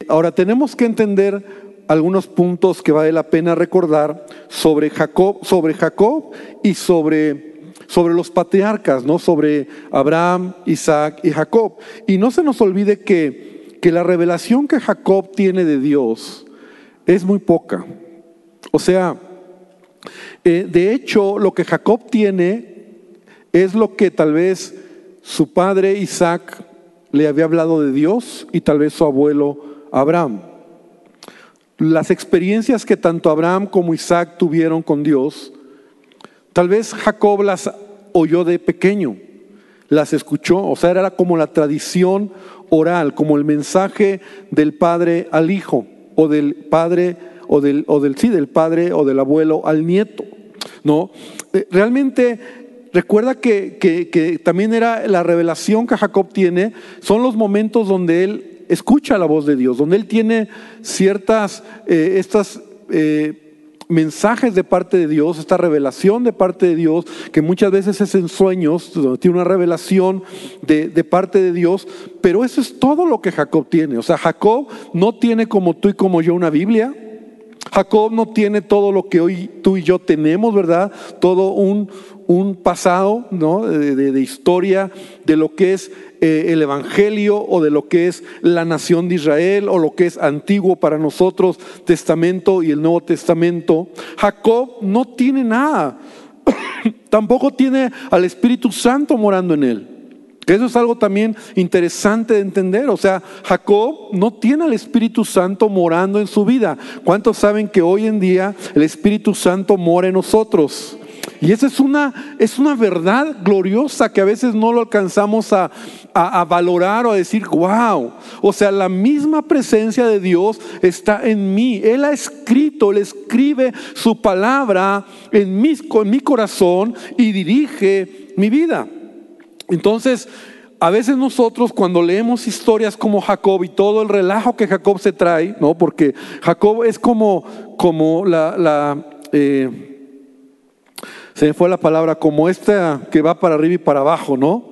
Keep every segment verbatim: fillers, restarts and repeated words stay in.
ahora tenemos que entender algunos puntos que vale la pena recordar sobre Jacob, sobre Jacob y sobre, sobre los patriarcas, ¿no? Sobre Abraham, Isaac y Jacob. Y no se nos olvide que, que la revelación que Jacob tiene de Dios es muy poca. O sea, eh, de hecho, lo que Jacob tiene es lo que tal vez su padre Isaac le había hablado de Dios y tal vez su abuelo Abraham. Las experiencias que tanto Abraham como Isaac tuvieron con Dios, tal vez Jacob las oyó de pequeño, las escuchó, o sea, era como la tradición oral, como el mensaje del padre al hijo, o del padre, o del, o del sí, del padre o del abuelo al nieto, ¿no? Realmente recuerda que, que, que también era la revelación que Jacob tiene, son los momentos donde él escucha la voz de Dios, donde él tiene ciertas, eh, estas eh, mensajes de parte de Dios, esta revelación de parte de Dios, que muchas veces es en sueños, donde tiene una revelación de, de parte de Dios, pero eso es todo lo que Jacob tiene. O sea, Jacob no tiene como tú y como yo una Biblia. Jacob no tiene todo lo que hoy tú y yo tenemos, ¿verdad? Todo un, un pasado, ¿no? de, de, de historia de lo que es eh, el Evangelio o de lo que es la nación de Israel o lo que es antiguo para nosotros, Testamento y el Nuevo Testamento. Jacob no tiene nada. Tampoco tiene al Espíritu Santo morando en él. Eso es algo también interesante de entender. O sea, Jacob no tiene al Espíritu Santo morando en su vida. ¿Cuántos saben que hoy en día el Espíritu Santo mora en nosotros? Y esa es una, es una verdad gloriosa que a veces no lo alcanzamos a, a, a valorar o a decir, wow. O sea, la misma presencia de Dios está en mí. Él ha escrito, Él escribe su palabra en mi, en mi corazón y dirige mi vida. Entonces, a veces nosotros cuando leemos historias como Jacob y todo el relajo que Jacob se trae, ¿no? Porque Jacob es como, como la, la eh, se me fue la palabra, como esta que va para arriba y para abajo, ¿no?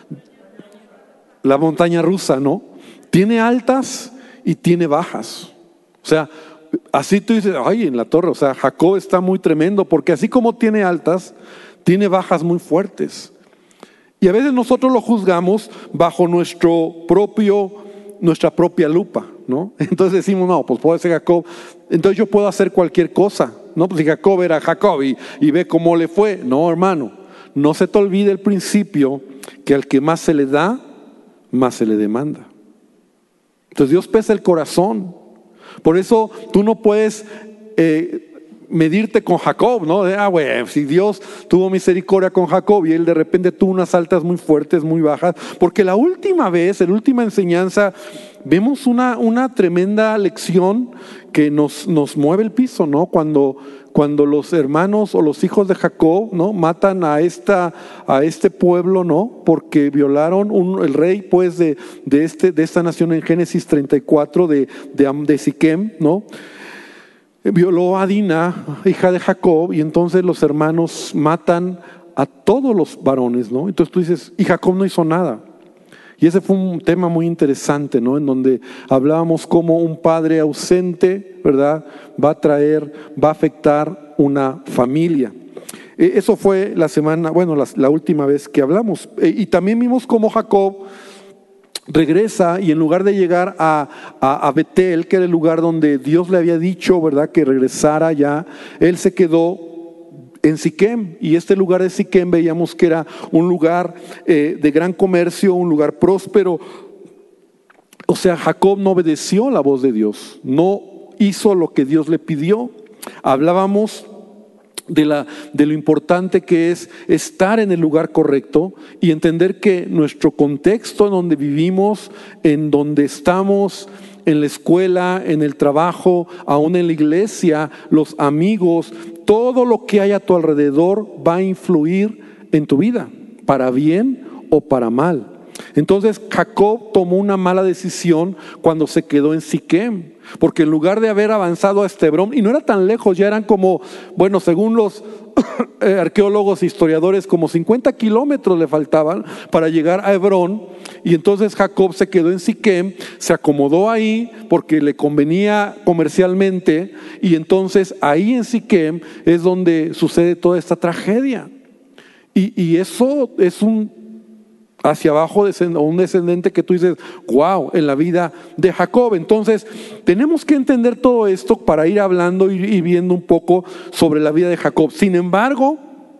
La montaña rusa, ¿no? Tiene altas y tiene bajas. O sea, así tú dices, ay, en la torre, o sea, Jacob está muy tremendo, porque así como tiene altas, tiene bajas muy fuertes. Y a veces nosotros lo juzgamos bajo nuestro propio, nuestra propia lupa, ¿no? Entonces decimos, no, pues puede ser Jacob, entonces yo puedo hacer cualquier cosa, ¿no? Pues si Jacob era Jacob y, y ve cómo le fue. No, hermano, no se te olvide el principio que al que más se le da, más se le demanda. Entonces Dios pesa el corazón. Por eso tú no puedes eh, medirte con Jacob, ¿no? Ah, bueno, si Dios tuvo misericordia con Jacob y él de repente tuvo unas altas muy fuertes, muy bajas, porque la última vez, en la última enseñanza, vemos una, una tremenda lección que nos, nos mueve el piso, ¿no? Cuando, cuando los hermanos o los hijos de Jacob, ¿no? Matan a, esta, a este pueblo, ¿no? Porque violaron un, el rey, pues, de, de, este, de esta nación en Génesis treinta y cuatro de, de, de Siquem, ¿no? Violó a Dina, hija de Jacob, y entonces los hermanos matan a todos los varones, ¿no? Entonces tú dices, y Jacob no hizo nada. Y ese fue un tema muy interesante, ¿no? En donde hablábamos cómo un padre ausente, ¿verdad?, va a traer, va a afectar una familia. Eso fue la semana, bueno, la, la última vez que hablamos. Y también vimos cómo Jacob regresa y en lugar de llegar a, a, a Betel, que era el lugar donde Dios le había dicho, ¿verdad?, que regresara ya, él se quedó en Siquem. Y este lugar de Siquem veíamos que era un lugar eh, de gran comercio, un lugar próspero. O sea, Jacob no obedeció la voz de Dios, no hizo lo que Dios le pidió. Hablábamos De, la, de lo importante que es estar en el lugar correcto y entender que nuestro contexto en donde vivimos, en donde estamos, en la escuela, en el trabajo, aún en la iglesia, los amigos, todo lo que hay a tu alrededor va a influir en tu vida, para bien o para mal. Entonces Jacob tomó una mala decisión cuando se quedó en Siquem, porque en lugar de haber avanzado a Hebrón, y no era tan lejos, ya eran como, bueno, según los arqueólogos e historiadores, como cincuenta kilómetros le faltaban para llegar a Hebrón. Y entonces Jacob se quedó en Siquem, se acomodó ahí porque le convenía comercialmente, y entonces ahí en Siquem es donde sucede toda esta tragedia. Y, y eso es un hacia abajo, un descendente que tú dices, wow, en la vida de Jacob. Entonces, tenemos que entender todo esto para ir hablando y viendo un poco sobre la vida de Jacob. Sin embargo,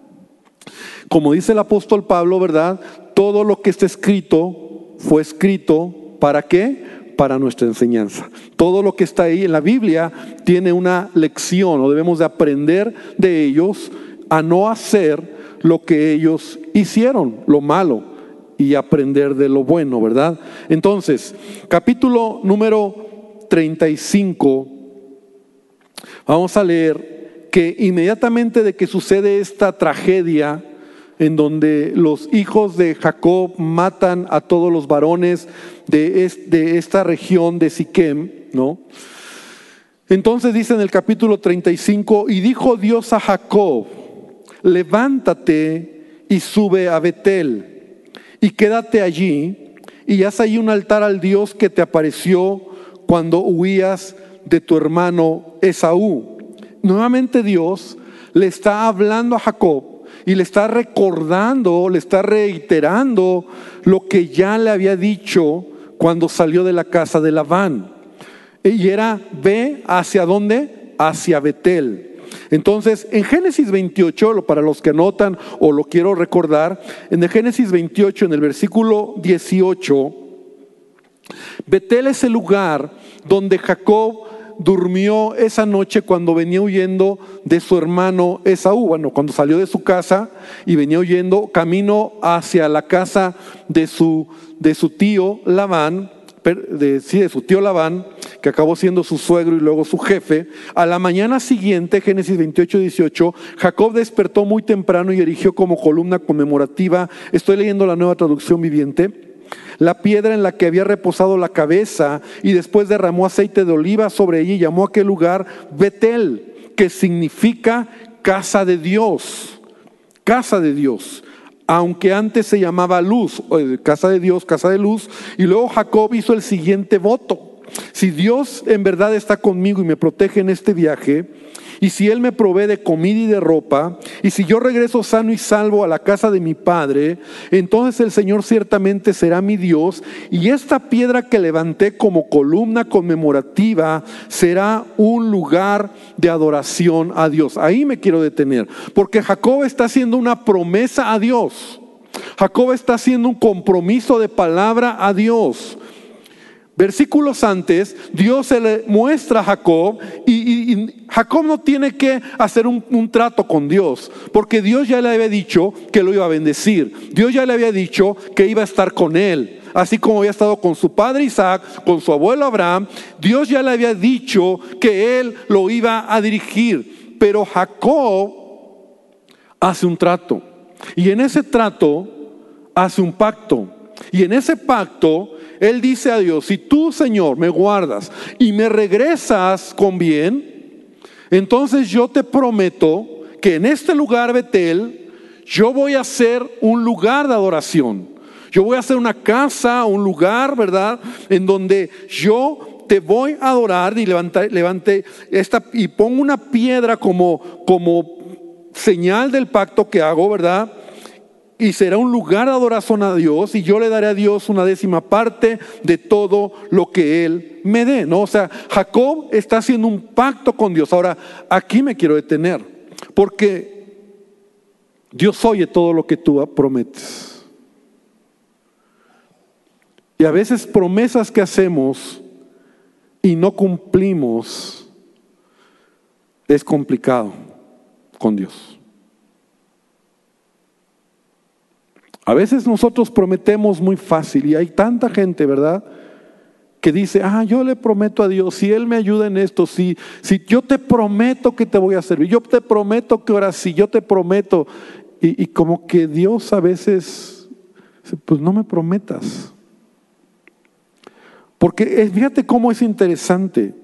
como dice el apóstol Pablo, ¿verdad? Todo lo que está escrito fue escrito, ¿para qué? Para nuestra enseñanza. Todo lo que está ahí en la Biblia tiene una lección, o debemos de aprender de ellos a no hacer lo que ellos hicieron, lo malo, y aprender de lo bueno, ¿verdad? Entonces, capítulo número treinta y cinco, vamos a leer que inmediatamente de que sucede esta tragedia, en donde los hijos de Jacob matan a todos los varones de, es, de esta región de Siquem, ¿no? Entonces dice en el capítulo treinta y cinco, y dijo Dios a Jacob, levántate y sube a Betel, y quédate allí, y haz allí un altar al Dios que te apareció cuando huías de tu hermano Esaú. Nuevamente Dios le está hablando a Jacob y le está recordando, le está reiterando lo que ya le había dicho cuando salió de la casa de Labán. Y era, ve hacia dónde, hacia Betel. Entonces, en Génesis veintiocho, para los que anotan o lo quiero recordar, en el Génesis veintiocho, en el versículo dieciocho, Betel es el lugar donde Jacob durmió esa noche cuando venía huyendo de su hermano Esaú. Bueno, cuando salió de su casa y venía huyendo camino hacia la casa de su, de su tío Labán, de, sí, de su tío Labán, que acabó siendo su suegro y luego su jefe. A la mañana siguiente, Génesis veintiocho, dieciocho, Jacob despertó muy temprano y erigió como columna conmemorativa, estoy leyendo la Nueva Traducción Viviente, la piedra en la que había reposado la cabeza, y después derramó aceite de oliva sobre ella y llamó a aquel lugar Betel, que significa casa de Dios, casa de Dios. Aunque antes se llamaba Luz, casa de Dios, casa de luz. Y luego Jacob hizo el siguiente voto: si Dios en verdad está conmigo y me protege en este viaje, y si Él me provee de comida y de ropa, y si yo regreso sano y salvo a la casa de mi padre, entonces el Señor ciertamente será mi Dios, y esta piedra que levanté como columna conmemorativa será un lugar de adoración a Dios. Ahí me quiero detener, porque Jacob está haciendo una promesa a Dios. Jacob está haciendo un compromiso de palabra a Dios. Versículos antes, Dios se le muestra a Jacob y, y, y Jacob no tiene que hacer un, un trato con Dios, porque Dios ya le había dicho que lo iba a bendecir. Dios ya le había dicho que iba a estar con él, así como había estado con su padre Isaac, con su abuelo Abraham. Dios ya le había dicho que él lo iba a dirigir, pero Jacob hace un trato, y en ese trato hace un pacto, y en ese pacto él dice a Dios: si tú, Señor, me guardas y me regresas con bien, entonces yo te prometo que en este lugar Betel yo voy a hacer un lugar de adoración. Yo voy a hacer una casa, un lugar, ¿verdad?, en donde yo te voy a adorar. Y levante, levante esta y pongo una piedra como, como señal del pacto que hago, ¿verdad? Y será un lugar de adoración a Dios, y yo le daré a Dios una décima parte de todo lo que Él me dé, ¿no? O sea, Jacob está haciendo un pacto con Dios. Ahora, aquí me quiero detener, porque Dios oye todo lo que tú prometes. Y a veces promesas que hacemos y no cumplimos, es complicado con Dios. A veces nosotros prometemos muy fácil, y hay tanta gente, ¿verdad?, que dice: ah, yo le prometo a Dios, si Él me ayuda en esto, si, si yo te prometo que te voy a servir, yo te prometo que ahora sí, yo te prometo. Y, y como que Dios a veces Pues no me prometas. Porque fíjate cómo es interesante.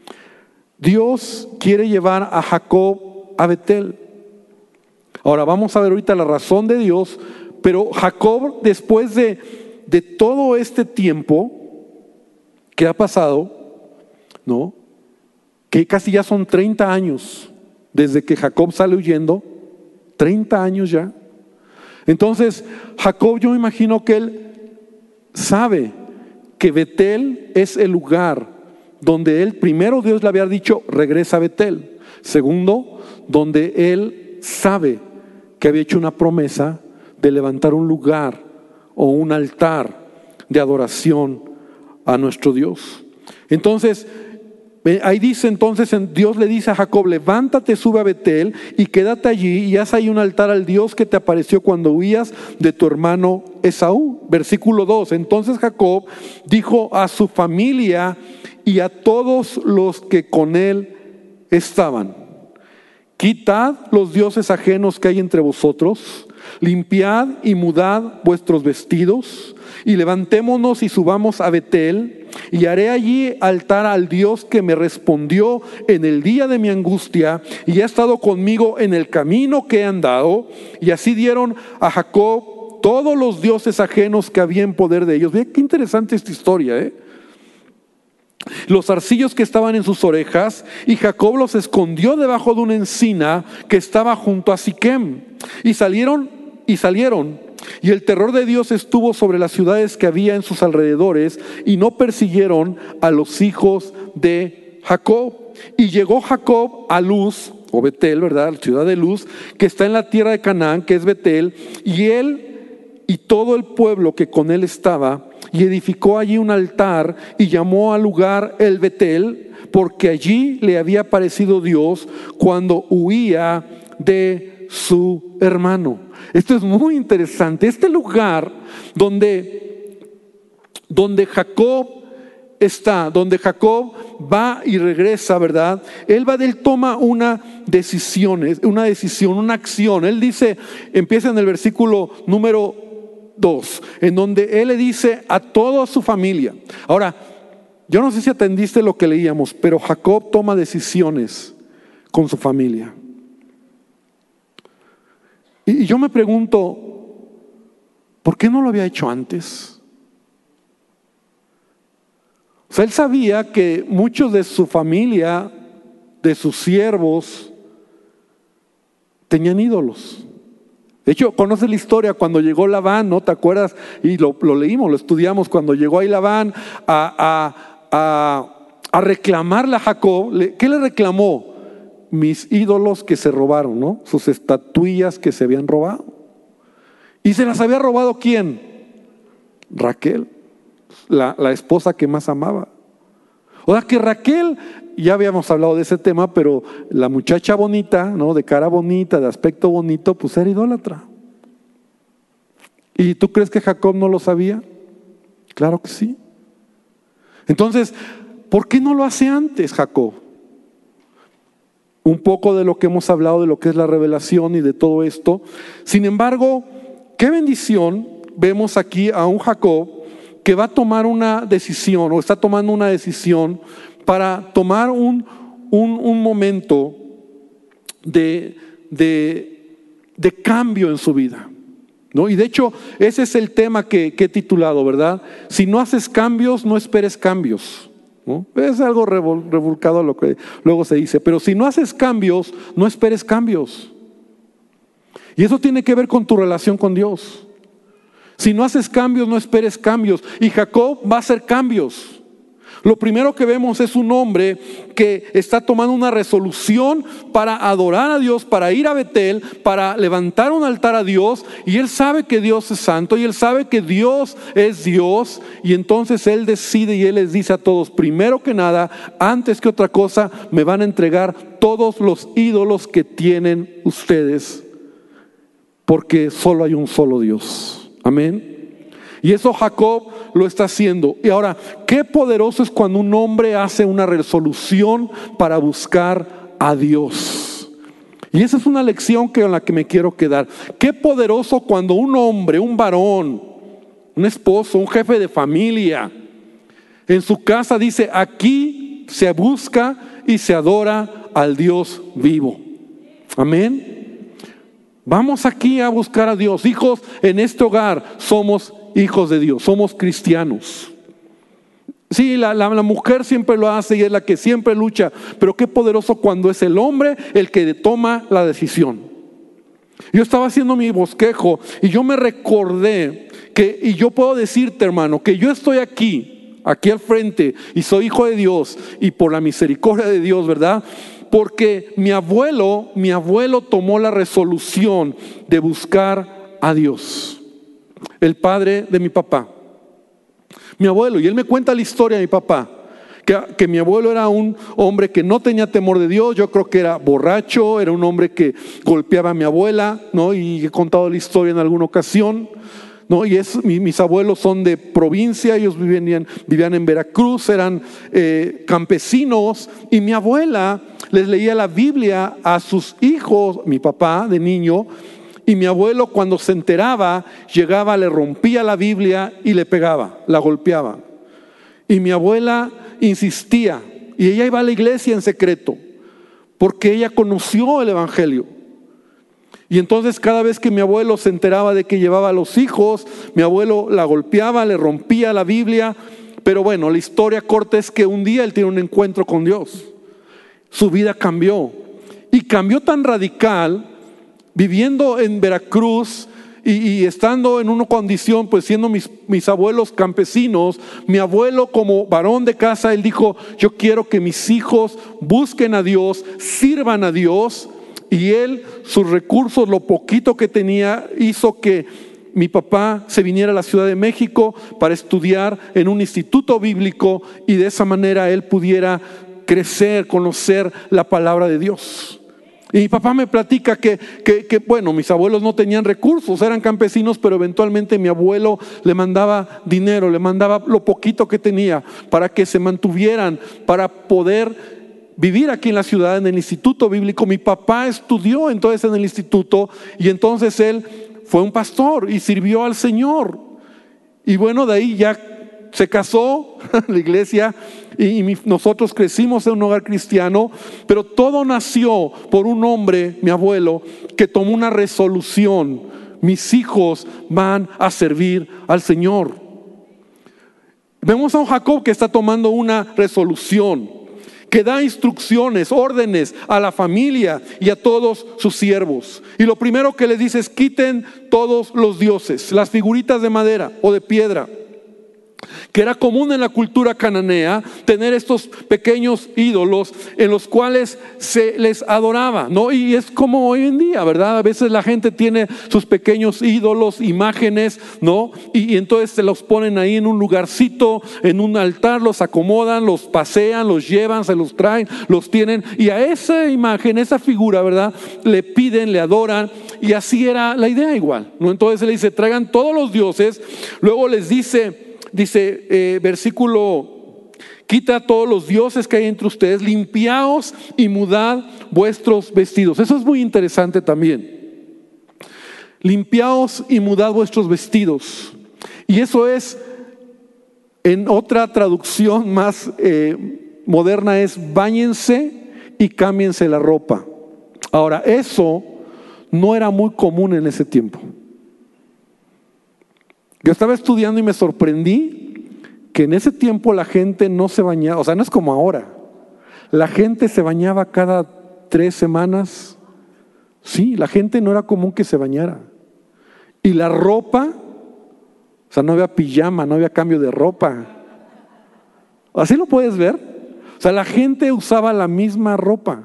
Dios quiere llevar a Jacob a Betel. Ahora vamos a ver ahorita la razón de Dios, pero Jacob, después de, de todo este tiempo que ha pasado, ¿no? Que casi ya son treinta años desde que Jacob sale huyendo, treinta años ya. Entonces Jacob, yo me imagino que él sabe que Betel es el lugar donde él, primero Dios le había dicho, regresa a Betel. Segundo, donde él sabe que había hecho una promesa de levantar un lugar o un altar de adoración a nuestro Dios. Entonces, ahí dice entonces, Dios le dice a Jacob, levántate, sube a Betel y quédate allí y haz ahí un altar al Dios que te apareció cuando huías de tu hermano Esaú. Versículo dos, entonces Jacob dijo a su familia y a todos los que con él estaban, quitad los dioses ajenos que hay entre vosotros, limpiad y mudad vuestros vestidos, y levantémonos y subamos a Betel, y haré allí altar al Dios que me respondió en el día de mi angustia, y ha estado conmigo en el camino que he andado. Y así dieron a Jacob todos los dioses ajenos que había en poder de ellos. Ve qué interesante esta historia, ¿eh? Los zarcillos que estaban en sus orejas, y Jacob los escondió debajo de una encina que estaba junto a Siquem. Y salieron, y salieron, y el terror de Dios estuvo sobre las ciudades que había en sus alrededores, y no persiguieron a los hijos de Jacob. Y llegó Jacob a Luz, o Betel, ¿verdad? La ciudad de Luz, que está en la tierra de Canaán, que es Betel, y él y todo el pueblo que con él estaba, y edificó allí un altar y llamó al lugar el Betel, porque allí le había aparecido Dios cuando huía de su hermano. Esto es muy interesante. Este lugar donde, donde Jacob está, donde Jacob va y regresa, ¿verdad? Él va, él toma una decisión, una decisión, una acción. Él dice, empieza en el versículo número dos, en donde él le dice a toda su familia. Ahora, yo no sé si atendiste lo que leíamos, pero Jacob toma decisiones con su familia. Y yo me pregunto, ¿por qué no lo había hecho antes? O sea, él sabía que muchos de su familia, de sus siervos, tenían ídolos. De hecho, conoces la historia cuando llegó Labán, ¿no? ¿Te acuerdas? Y lo, lo leímos, lo estudiamos. Cuando llegó ahí Labán a, a, a, a reclamarle a Jacob, ¿qué le reclamó? Mis ídolos que se robaron, ¿no? Sus estatuillas que se habían robado. ¿Y se las había robado quién? Raquel, la, la esposa que más amaba. O sea que Raquel, ya habíamos hablado de ese tema, pero la muchacha bonita, ¿no? De cara bonita, de aspecto bonito, pues era idólatra. ¿Y tú crees que Jacob no lo sabía? Claro que sí. Entonces, ¿por qué no lo hace antes Jacob? Un poco de lo que hemos hablado, de lo que es la revelación y de todo esto. Sin embargo, qué bendición vemos aquí a un Jacob que va a tomar una decisión, o está tomando una decisión para tomar un, un, un momento de, de, de cambio en su vida, ¿no? Y de hecho, ese es el tema que, que he titulado, ¿verdad? Si no haces cambios, no esperes cambios, ¿no? Es algo revol, revolcado lo que luego se dice, pero si no haces cambios, no esperes cambios. Y eso tiene que ver con tu relación con Dios. Si no haces cambios, no esperes cambios. Y Jacob va a hacer cambios. Lo primero que vemos es un hombre que está tomando una resolución para adorar a Dios, para ir a Betel, para levantar un altar a Dios. Y él sabe que Dios es santo y él sabe que Dios es Dios. Y entonces él decide y él les dice a todos, primero que nada, antes que otra cosa, me van a entregar todos los ídolos que tienen ustedes, porque solo hay un solo Dios. Amén. Y eso Jacob lo está haciendo. Y ahora, qué poderoso es cuando un hombre hace una resolución para buscar a Dios. Y esa es una lección que, en la que me quiero quedar. Qué poderoso cuando un hombre, un varón, un esposo, un jefe de familia. En su casa dice, aquí se busca y se adora al Dios vivo. Amén. Vamos aquí a buscar a Dios. Hijos, en este hogar somos hijos de Dios, somos cristianos. Sí, la, la, la mujer siempre lo hace y es la que siempre lucha, pero qué poderoso cuando es el hombre el que toma la decisión. Yo estaba haciendo mi bosquejo y yo me recordé que, y yo puedo decirte, hermano, que yo estoy aquí, aquí al frente, y soy hijo de Dios, y por la misericordia de Dios, ¿verdad? Porque mi abuelo, mi abuelo tomó la resolución de buscar a Dios, el padre de mi papá. Mi abuelo, y él me cuenta la historia de mi papá, que, que mi abuelo era un hombre que no tenía temor de Dios. Yo creo que era borracho, era un hombre que golpeaba a mi abuela, ¿no? Y he contado la historia en alguna ocasión, ¿no? Y es, mi, mis abuelos son de provincia, ellos vivían, vivían en Veracruz, eran eh, campesinos, y mi abuela les leía la Biblia a sus hijos, mi papá de niño. Y mi abuelo, cuando se enteraba, llegaba, le rompía la Biblia y le pegaba, la golpeaba. Y mi abuela insistía, y ella iba a la iglesia en secreto, porque ella conoció el evangelio. Y entonces cada vez que mi abuelo se enteraba de que llevaba a los hijos, mi abuelo la golpeaba, le rompía la Biblia. Pero bueno, la historia corta es que un día él tiene un encuentro con Dios. Su vida cambió, y cambió tan radical. Viviendo en Veracruz y, y estando en una condición, pues siendo mis, mis abuelos campesinos, mi abuelo como varón de casa, él dijo, yo quiero que mis hijos busquen a Dios, sirvan a Dios. Y él, sus recursos, lo poquito que tenía, hizo que mi papá se viniera a la Ciudad de México para estudiar en un instituto bíblico, y de esa manera él pudiera crecer, conocer la palabra de Dios. Y mi papá me platica que, que, que, bueno, mis abuelos no tenían recursos, eran campesinos, pero eventualmente mi abuelo le mandaba dinero, le mandaba lo poquito que tenía para que se mantuvieran, para poder vivir aquí en la ciudad, en el instituto bíblico. Mi papá estudió entonces en el instituto, y entonces él fue un pastor y sirvió al Señor. Y bueno, de ahí ya se casó la iglesia, y mi, nosotros crecimos en un hogar cristiano, pero todo nació por un hombre, mi abuelo, que tomó una resolución: mis hijos van a servir al Señor. Vemos a un Jacob que está tomando una resolución, que da instrucciones, órdenes a la familia y a todos sus siervos. Y lo primero que les dice es: quiten todos los dioses, las figuritas de madera o de piedra, que era común en la cultura cananea tener estos pequeños ídolos en los cuales se les adoraba, ¿no? Y es como hoy en día, ¿verdad? A veces la gente tiene sus pequeños ídolos, imágenes, ¿no? Y, y entonces se los ponen ahí en un lugarcito, en un altar, los acomodan, los pasean, los llevan, se los traen, los tienen, y a esa imagen, esa figura, ¿verdad?, le piden, le adoran. Y así era la idea igual, ¿no? Entonces le dice: traigan todos los dioses. Luego les dice Dice, eh, versículo, quita a todos los dioses que hay entre ustedes, limpiaos y mudad vuestros vestidos. Eso es muy interesante también. Limpiaos y mudad vuestros vestidos. Y eso es, en otra traducción más eh, moderna, es: báñense y cámbiense la ropa. Ahora, eso no era muy común en ese tiempo. Yo estaba estudiando y me sorprendí que en ese tiempo la gente no se bañaba. O sea, no es como ahora. La gente se bañaba cada tres semanas. Sí, la gente no era común que se bañara. Y la ropa, o sea, no había pijama, no había cambio de ropa. ¿Así lo puedes ver? O sea, la gente usaba la misma ropa.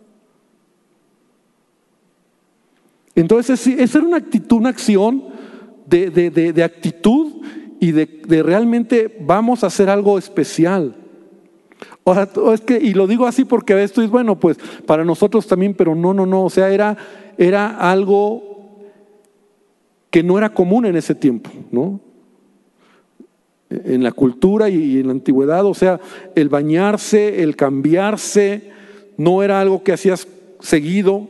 Entonces, esa era una actitud, una acción De, de, de, de actitud y de, de realmente vamos a hacer algo especial. Ahora, es que, y lo digo así porque a veces tú dices, bueno, pues para nosotros también, pero no, no, no. O sea, era, era algo que no era común en ese tiempo, ¿no? En la cultura y en la antigüedad, o sea, el bañarse, el cambiarse, no era algo que hacías seguido.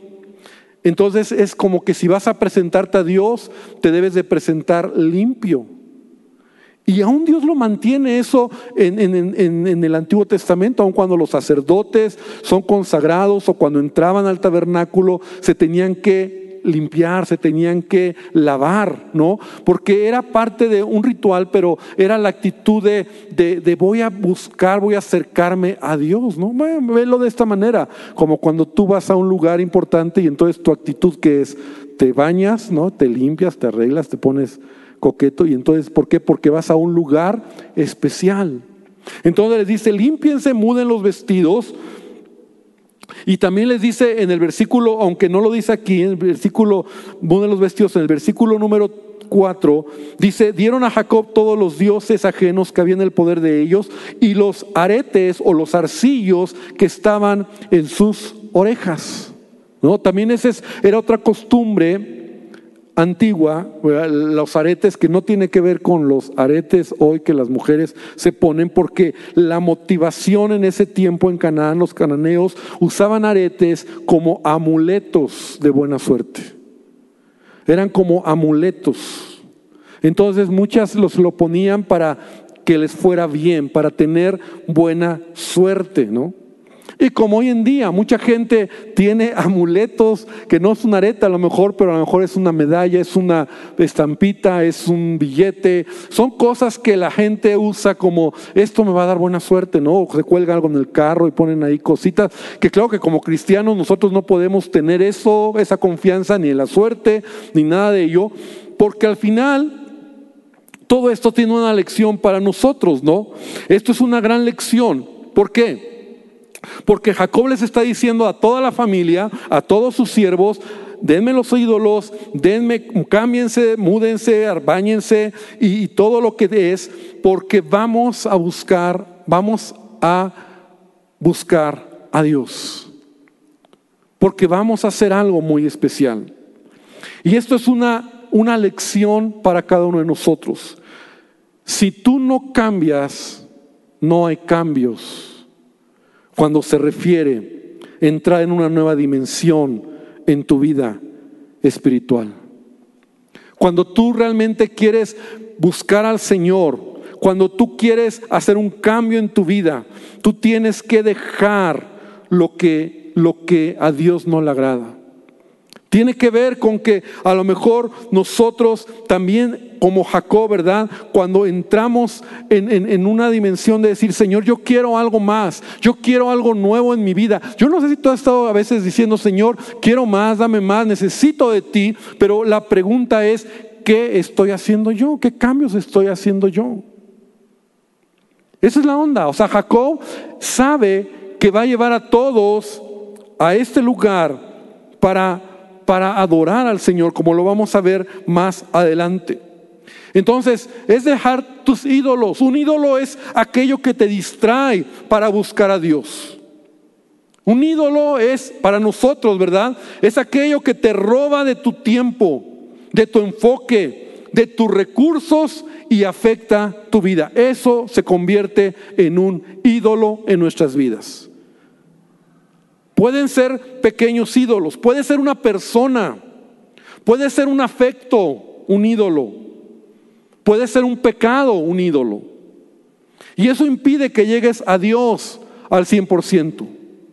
Entonces es como que si vas a presentarte a Dios, te debes de presentar limpio. Y aún Dios lo mantiene eso en, en, en, en el Antiguo Testamento, aun cuando los sacerdotes son consagrados o cuando entraban al tabernáculo se tenían que limpiar, se tenían que lavar, ¿no? Porque era parte de un ritual, pero era la actitud de, de, de voy a buscar, voy a acercarme a Dios, ¿no? Bueno, velo de esta manera, como cuando tú vas a un lugar importante y entonces tu actitud que es, te bañas, ¿no? Te limpias, te arreglas, te pones coqueto, y entonces, ¿por qué? Porque vas a un lugar especial. Entonces les dice, límpiense, muden los vestidos. Y también les dice en el versículo, aunque no lo dice aquí, en el versículo, muden los vestidos, en el versículo número cuatro, dice, dieron a Jacob todos los dioses ajenos que había en el poder de ellos y los aretes o los arcillos que estaban en sus orejas, ¿no? También esa era otra costumbre antigua, los aretes, que no tiene que ver con los aretes hoy que las mujeres se ponen, porque la motivación en ese tiempo en Canaán, los cananeos usaban aretes como amuletos de buena suerte. Eran como amuletos. Entonces muchas los lo ponían para que les fuera bien, para tener buena suerte, ¿no? Y como hoy en día mucha gente tiene amuletos que no es un arete a lo mejor, pero a lo mejor es una medalla, es una estampita, es un billete. Son cosas que la gente usa como, esto me va a dar buena suerte, ¿no? O se cuelga algo en el carro y ponen ahí cositas, que claro que como cristianos nosotros no podemos tener eso, esa confianza ni en la suerte, ni nada de ello, porque al final todo esto tiene una lección para nosotros, ¿no? Esto es una gran lección. ¿Por qué? Porque Jacob les está diciendo a toda la familia, a todos sus siervos, denme los ídolos, denme, cámbiense, múdense, báñense y, y todo lo que es, porque vamos a buscar, vamos a buscar a Dios. Porque vamos a hacer algo muy especial. Y esto es una, una lección para cada uno de nosotros. Si tú no cambias, no hay cambios. Cuando se refiere a entrar en una nueva dimensión en tu vida espiritual. Cuando tú realmente quieres buscar al Señor, cuando tú quieres hacer un cambio en tu vida, tú tienes que dejar lo que, lo que a Dios no le agrada. Tiene que ver con que a lo mejor nosotros también, como Jacob, ¿verdad? Cuando entramos en, en, en una dimensión de decir, Señor, yo quiero algo más, yo quiero algo nuevo en mi vida. Yo no sé si tú has estado a veces diciendo, Señor, quiero más, dame más, necesito de ti. Pero la pregunta es, ¿qué estoy haciendo yo? ¿Qué cambios estoy haciendo yo? Esa es la onda. O sea, Jacob sabe que va a llevar a todos a este lugar para... para adorar al Señor, como lo vamos a ver más adelante. Entonces, es dejar tus ídolos. Un ídolo es aquello que te distrae para buscar a Dios. Un ídolo es, para nosotros, ¿verdad? Es aquello que te roba de tu tiempo, de tu enfoque, de tus recursos y afecta tu vida. Eso se convierte en un ídolo en nuestras vidas. Pueden ser pequeños ídolos, puede ser una persona, puede ser un afecto, un ídolo, puede ser un pecado, un ídolo. Y eso impide que llegues a Dios al cien por ciento.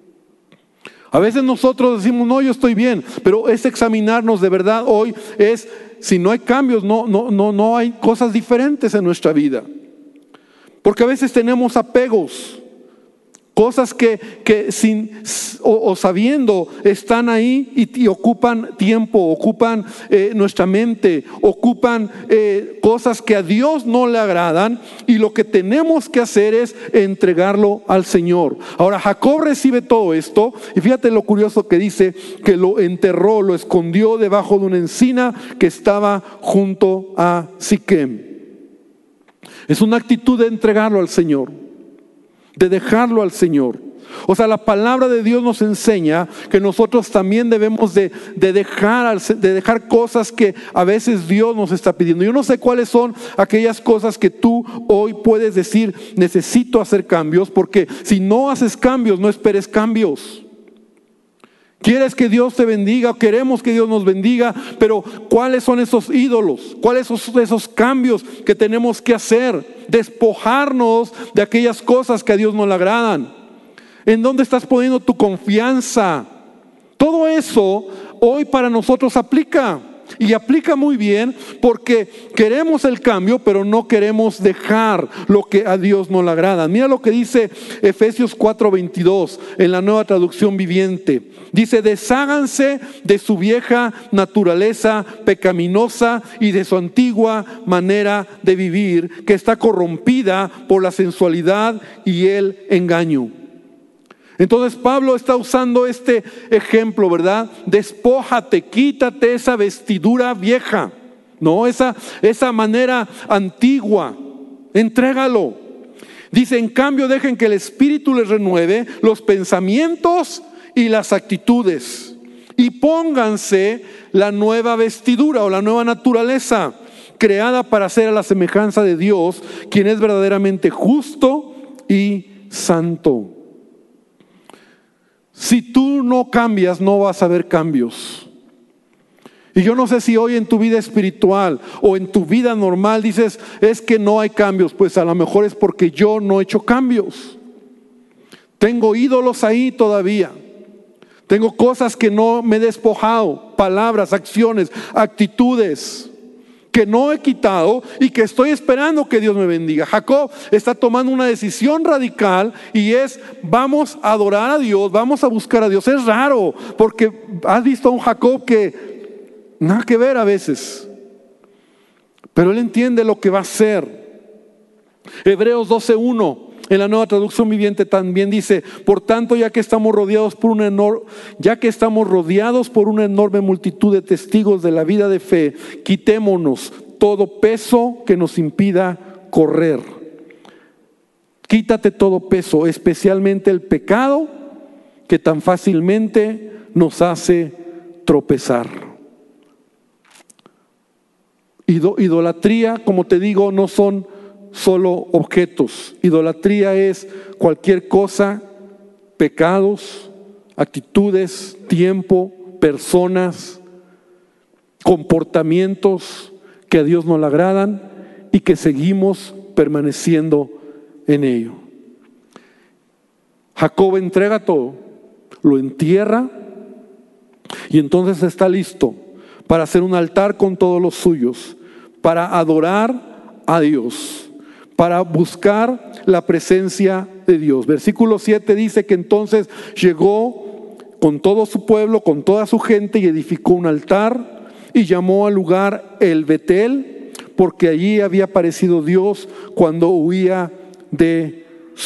A veces nosotros decimos, no, yo estoy bien, pero es examinarnos de verdad hoy, es si no hay cambios, no, no, no, no hay cosas diferentes en nuestra vida. Porque a veces tenemos apegos. Cosas que, que sin o, o sabiendo están ahí y, y ocupan tiempo, ocupan eh, nuestra mente, ocupan eh, cosas que a Dios no le agradan, y lo que tenemos que hacer es entregarlo al Señor. Ahora Jacob recibe todo esto y fíjate lo curioso que dice, que lo enterró, lo escondió debajo de una encina que estaba junto a Siquem. Es una actitud de entregarlo al Señor, de dejarlo al Señor. O sea, la palabra de Dios nos enseña que nosotros también debemos de, de, dejar, de dejar cosas que a veces Dios nos está pidiendo. Yo no sé cuáles son aquellas cosas que tú hoy puedes decir, necesito hacer cambios, porque si no haces cambios, no esperes cambios. Quieres que Dios te bendiga, queremos que Dios nos bendiga, pero ¿cuáles son esos ídolos? ¿Cuáles son esos cambios que tenemos que hacer? Despojarnos de aquellas cosas que a Dios no le agradan. ¿En dónde estás poniendo tu confianza? Todo eso hoy para nosotros aplica. Y aplica muy bien porque queremos el cambio, pero no queremos dejar lo que a Dios no le agrada. Mira lo que dice Efesios cuatro veintidós en la Nueva Traducción Viviente. Dice: desháganse de su vieja naturaleza pecaminosa y de su antigua manera de vivir, que está corrompida por la sensualidad y el engaño. Entonces Pablo está usando este ejemplo, ¿verdad? Despójate, quítate esa vestidura vieja, ¿no? Esa, esa manera antigua, entrégalo. Dice: en cambio dejen que el Espíritu les renueve los pensamientos y las actitudes, y pónganse la nueva vestidura o la nueva naturaleza, creada para ser a la semejanza de Dios, quien es verdaderamente justo y santo. Si tú no cambias, no vas a ver cambios. Y yo no sé si hoy en tu vida espiritual o en tu vida normal dices: es que no hay cambios. Pues a lo mejor es porque yo no he hecho cambios. Tengo ídolos ahí todavía. Tengo cosas que no me he despojado, palabras, acciones, actitudes que no he quitado y que estoy esperando que Dios me bendiga. Jacob está tomando una decisión radical y es: vamos a adorar a Dios, vamos a buscar a Dios. Es raro porque has visto a un Jacob que nada que ver a veces, pero él entiende lo que va a hacer. Hebreos doce uno en la Nueva Traducción Viviente también dice: por tanto, ya que estamos rodeados por una enorme, ya que estamos rodeados por una enorme multitud de testigos de la vida de fe, quitémonos todo peso que nos impida correr. Quítate todo peso, especialmente el pecado que tan fácilmente nos hace tropezar. Idolatría, como te digo, no son solo objetos. Idolatría es cualquier cosa, pecados, actitudes, tiempo, personas, comportamientos que a Dios no le agradan y que seguimos permaneciendo en ello. Jacob entrega todo, lo entierra y entonces está listo para hacer un altar con todos los suyos, para adorar a Dios, para buscar la presencia de Dios. Versículo siete dice que entonces llegó con todo su pueblo, con toda su gente, y edificó un altar y llamó al lugar el Betel, porque allí había aparecido Dios cuando huía de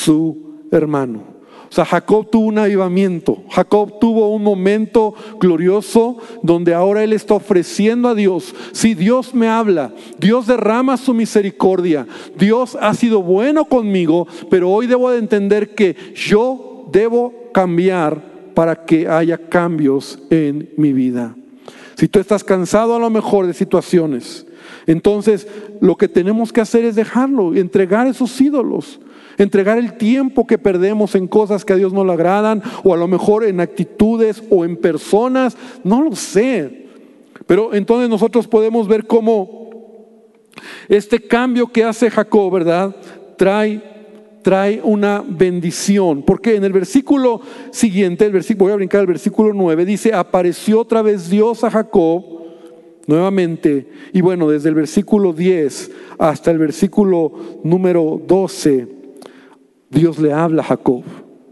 su hermano. O sea, Jacob tuvo un avivamiento. Jacob tuvo un momento glorioso donde ahora él está ofreciendo a Dios: si Dios me habla, Dios derrama su misericordia, Dios ha sido bueno conmigo, pero hoy debo de entender que yo debo cambiar para que haya cambios en mi vida. Si tú estás cansado a lo mejor de situaciones, entonces lo que tenemos que hacer es dejarlo y entregar esos ídolos. Entregar el tiempo que perdemos en cosas que a Dios no le agradan, o a lo mejor en actitudes o en personas, no lo sé. Pero entonces nosotros podemos ver cómo este cambio que hace Jacob, ¿verdad? Trae, trae una bendición. Porque en el versículo siguiente, el versículo, voy a brincar al versículo nueve, dice: apareció otra vez Dios a Jacob nuevamente. Y bueno, desde el versículo diez hasta el versículo número doce, Dios le habla a Jacob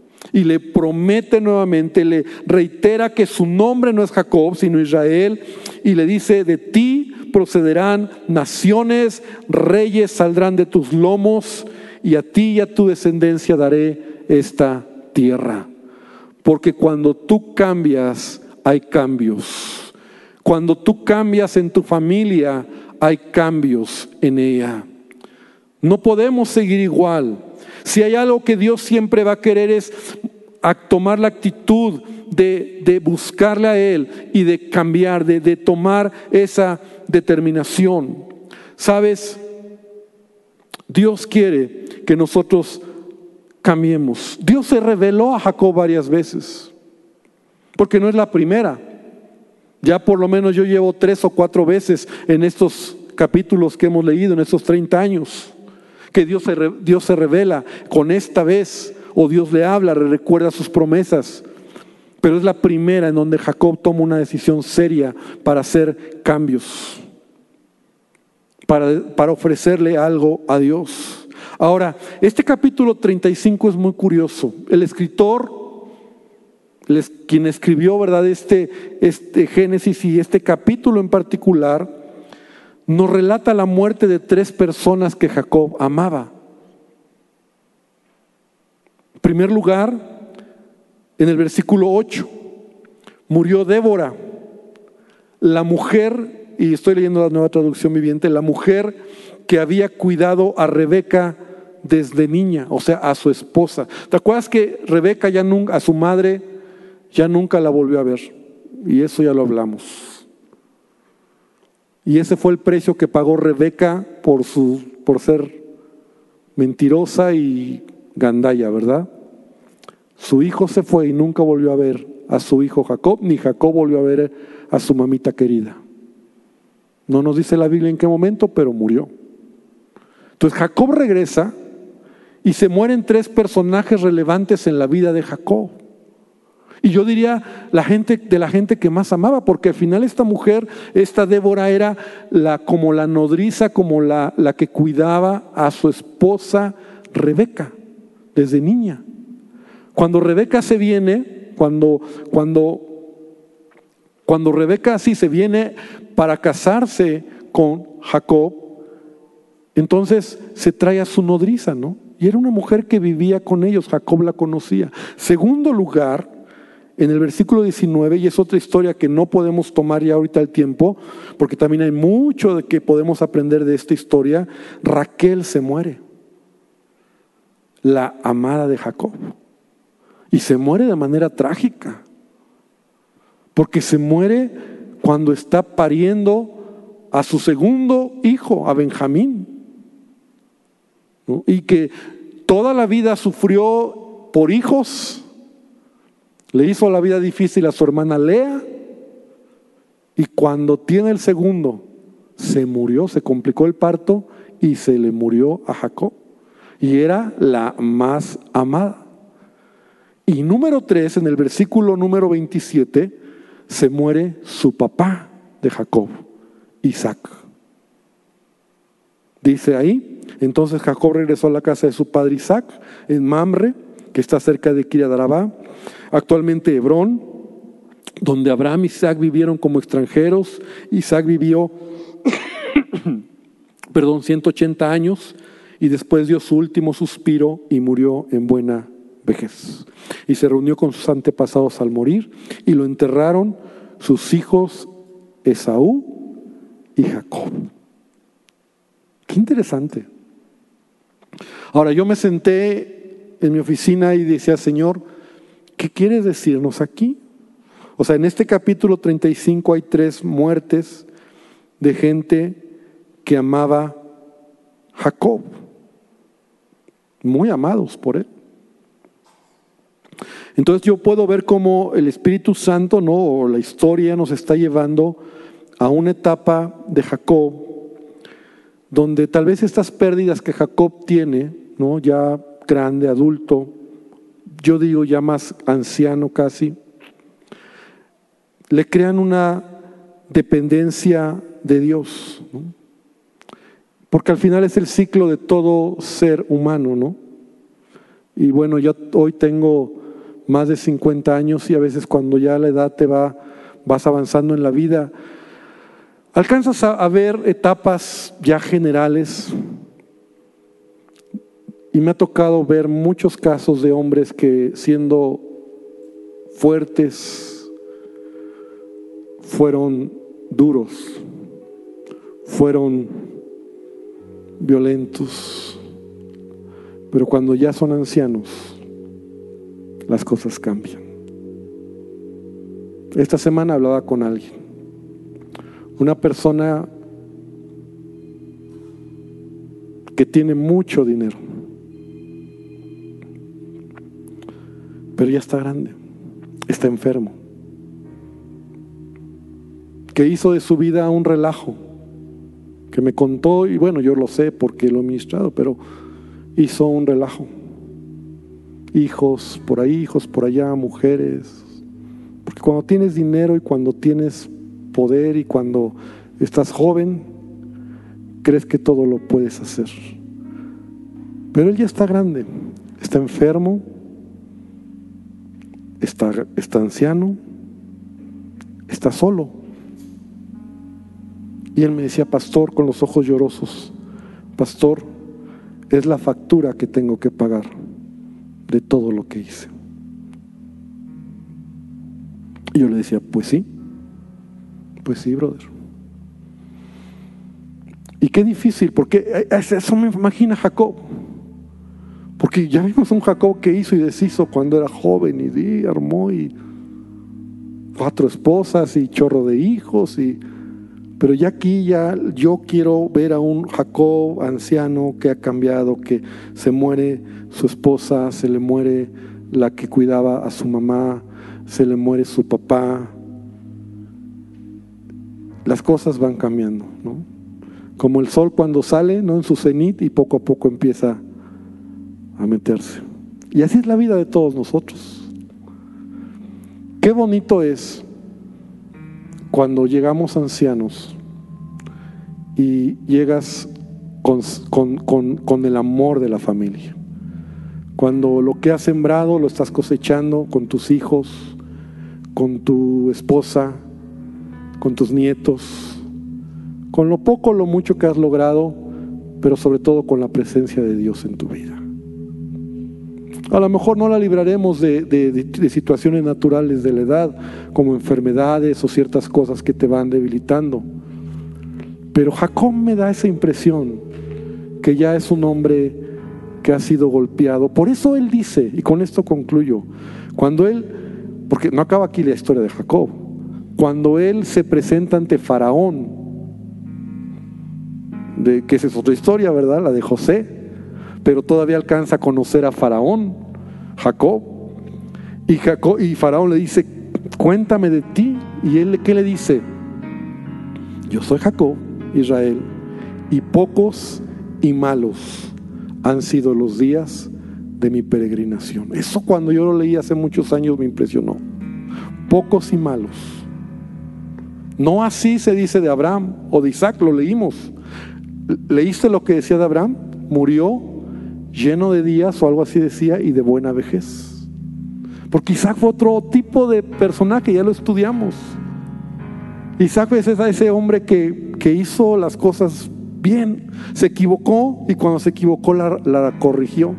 y le promete nuevamente, le reitera que su nombre no es Jacob sino Israel, y le dice: de ti procederán naciones, reyes saldrán de tus lomos, y a ti y a tu descendencia daré esta tierra. Porque cuando tú cambias, hay cambios. Cuando tú cambias en tu familia, hay cambios en ella. No podemos seguir igual. Si hay algo que Dios siempre va a querer es a tomar la actitud de, de buscarle a Él y de cambiar, de, de tomar esa determinación. ¿Sabes? Dios quiere que nosotros cambiemos. Dios se reveló a Jacob varias veces. porque no es la primera. Ya por lo menos yo llevo tres o cuatro veces en estos capítulos que hemos leído, en estos treinta años, que Dios se, re, Dios se revela con esta vez, o Dios le habla, le recuerda sus promesas. Pero es la primera en donde Jacob toma una decisión seria para hacer cambios, para, para ofrecerle algo a Dios. Ahora, este capítulo treinta y cinco es muy curioso. El escritor, les, quien escribió, ¿verdad?, este, este Génesis y este capítulo en particular, nos relata la muerte de tres personas que Jacob amaba. En primer lugar, en el versículo ocho, murió Débora, la mujer, y estoy leyendo la Nueva Traducción Viviente, la mujer que había cuidado a Rebeca desde niña, o sea, a su esposa. ¿Te acuerdas que Rebeca ya nunca, a su madre, ya nunca la volvió a ver? Y eso ya lo hablamos. Y ese fue el precio que pagó Rebeca por, su, por ser mentirosa y gandalla, ¿verdad? Su hijo se fue y nunca volvió a ver a su hijo Jacob, ni Jacob volvió a ver a su mamita querida. No nos dice la Biblia en qué momento, pero murió. Entonces Jacob regresa y se mueren tres personajes relevantes en la vida de Jacob. Y yo diría la gente, de la gente que más amaba, porque al final esta mujer, esta Débora, era la, como la nodriza, como la, la que cuidaba a su esposa Rebeca desde niña. Cuando Rebeca se viene, cuando, cuando, cuando Rebeca así se viene para casarse con Jacob, entonces se trae a su nodriza, ¿no? Y era una mujer que vivía con ellos, Jacob la conocía. Segundo lugar, en el versículo diecinueve, y es otra historia que no podemos tomar ya ahorita el tiempo, porque también hay mucho de que podemos aprender de esta historia. Raquel se muere, la amada de Jacob. Y se muere de manera trágica, porque se muere cuando está pariendo a su segundo hijo, a Benjamín, ¿no? Y que toda la vida sufrió por hijos, le hizo la vida difícil a su hermana Lea, y cuando tiene el segundo, se murió, se complicó el parto y se le murió a Jacob, y era la más amada. Y número tres, en el versículo número veintisiete, se muere su papá de Jacob, Isaac. Dice ahí, entonces Jacob regresó a la casa de su padre Isaac, en Mamre, que está cerca de Kiriat Arabá, actualmente Hebrón, donde Abraham y Isaac vivieron como extranjeros. Isaac vivió, perdón, ciento ochenta años, y después dio su último suspiro y murió en buena vejez. Y se reunió con sus antepasados al morir, y lo enterraron sus hijos Esaú y Jacob. Qué interesante. Ahora, yo me senté en mi oficina y decía, Señor, ¿qué quieres decirnos aquí? O sea, en este capítulo treinta y cinco hay tres muertes de gente que amaba a Jacob, muy amados por él. Entonces yo puedo ver cómo el Espíritu Santo, ¿no?, o la historia nos está llevando a una etapa de Jacob, donde tal vez estas pérdidas que Jacob tiene, ¿no?, ya grande, adulto, yo digo ya más anciano casi, le crean una dependencia de Dios, ¿no? Porque al final es el ciclo de todo ser humano, ¿no? Y bueno, yo hoy tengo más de cincuenta años, y a veces cuando ya la edad te va, vas avanzando en la vida, alcanzas a, a ver etapas ya generales, y me ha tocado ver muchos casos de hombres que, siendo fuertes, fueron duros, fueron violentos, pero cuando ya son ancianos, las cosas cambian. Esta semana hablaba con alguien, una persona que tiene mucho dinero, pero ya está grande, está enfermo, que hizo de su vida un relajo, que me contó, y bueno, yo lo sé porque lo he ministrado, pero hizo un relajo. Hijos por ahí, hijos por allá, mujeres. Porque cuando tienes dinero y cuando tienes poder y cuando estás joven, crees que todo lo puedes hacer. Pero él ya está grande, está enfermo, está, está anciano, está solo. Y él me decía, pastor, con los ojos llorosos, pastor, es la factura que tengo que pagar de todo lo que hice. Y yo le decía, pues sí, pues sí, brother. Y qué difícil, porque eso me imagina Jacob. Porque ya vimos un Jacob que hizo y deshizo cuando era joven y di, armó y cuatro esposas y chorro de hijos. Y, pero ya aquí ya yo quiero ver a un Jacob anciano que ha cambiado, que se muere su esposa, se le muere la que cuidaba a su mamá, se le muere su papá. Las cosas van cambiando, ¿no? Como el sol cuando sale, ¿no?, en su cenit, y poco a poco empieza a meterse. Y así es la vida de todos nosotros. Qué bonito es cuando llegamos ancianos y llegas con, con, con, con el amor de la familia. Cuando lo que has sembrado lo estás cosechando con tus hijos, con tu esposa, con tus nietos, con lo poco o lo mucho que has logrado, pero sobre todo con la presencia de Dios en tu vida. A lo mejor no la libraremos de, de, de, de situaciones naturales de la edad, como enfermedades o ciertas cosas que te van debilitando. Pero Jacob me da esa impresión que ya es un hombre que ha sido golpeado. Por eso él dice, y con esto concluyo, cuando él, porque no acaba aquí la historia de Jacob, cuando él se presenta ante Faraón, de, que esa es otra historia, ¿verdad? La de José. Pero todavía alcanza a conocer a Faraón, Jacob, y, Jacob, y Faraón le dice, cuéntame de ti. Y él, ¿qué le dice? Yo soy Jacob, Israel, y pocos y malos han sido los días de mi peregrinación. Eso cuando yo lo leí hace muchos años me impresionó. Pocos y malos. No así se dice de Abraham o de Isaac, lo leímos. ¿Leíste lo que decía de Abraham? Murió lleno de días, o algo así decía, y de buena vejez. Porque Isaac fue otro tipo de personaje, ya lo estudiamos. Isaac es ese hombre que, que hizo las cosas bien, se equivocó, y cuando se equivocó la, la corrigió.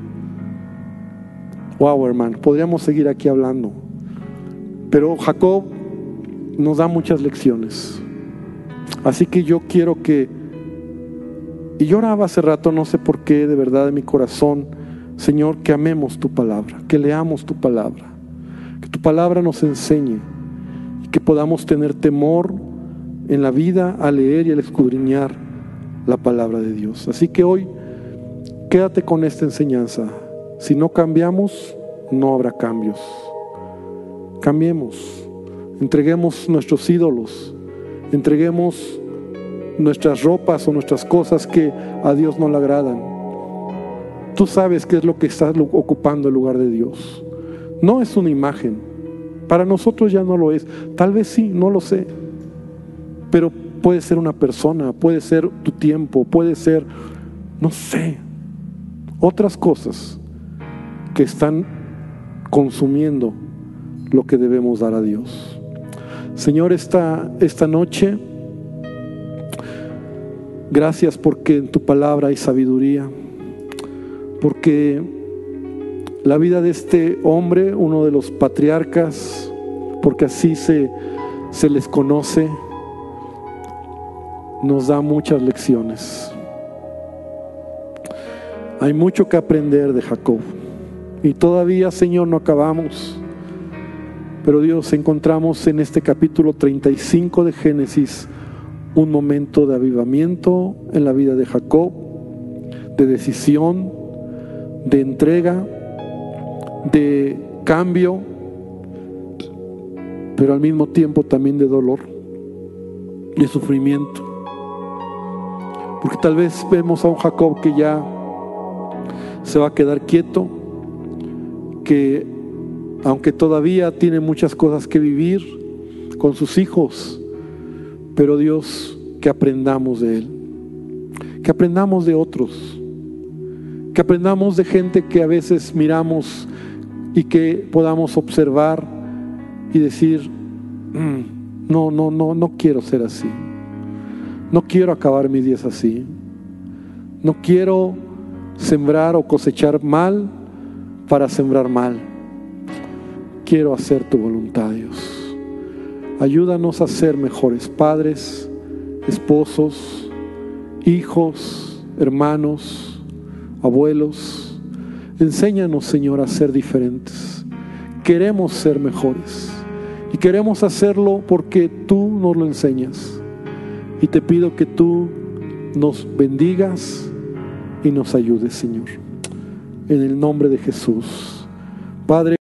Wow, hermano, podríamos seguir aquí hablando, pero Jacob nos da muchas lecciones. Así que yo quiero que, y yo oraba hace rato, no sé por qué, de verdad de mi corazón, Señor, que amemos tu palabra, que leamos tu palabra, que tu palabra nos enseñe, y que podamos tener temor en la vida al leer y al escudriñar la palabra de Dios. Así que hoy quédate con esta enseñanza. Si no cambiamos, no habrá cambios. Cambiemos, entreguemos nuestros ídolos, entreguemos nuestras ropas o nuestras cosas que a Dios no le agradan. Tú sabes qué es lo que está ocupando el lugar de Dios. No es una imagen, para nosotros ya no lo es. Tal vez sí, no lo sé, pero puede ser una persona, puede ser tu tiempo, puede ser, no sé, otras cosas que están consumiendo lo que debemos dar a Dios. Señor, esta, esta noche, gracias porque en tu palabra hay sabiduría, porque la vida de este hombre, uno de los patriarcas, porque así se, se les conoce, nos da muchas lecciones. Hay mucho que aprender de Jacob, y todavía, Señor, no acabamos. Pero Dios, encontramos en este capítulo treinta y cinco de Génesis un momento de avivamiento en la vida de Jacob, de decisión, de entrega, de cambio, pero al mismo tiempo también de dolor. de sufrimiento. Porque tal vez vemos a un Jacob que ya se va a quedar quieto, que aunque todavía tiene muchas cosas que vivir con sus hijos, pero Dios, que aprendamos de él, que aprendamos de otros, que aprendamos de gente que a veces miramos y que podamos observar y decir, mmm, no, no, no, no quiero ser así, no quiero acabar mis días así, no quiero sembrar o cosechar mal para sembrar mal. Quiero hacer tu voluntad, Dios. Ayúdanos a ser mejores padres, esposos, hijos, hermanos, abuelos. Enséñanos, Señor, a ser diferentes. Queremos ser mejores y queremos hacerlo porque tú nos lo enseñas. Y te pido que tú nos bendigas y nos ayudes, Señor. En el nombre de Jesús. Padre,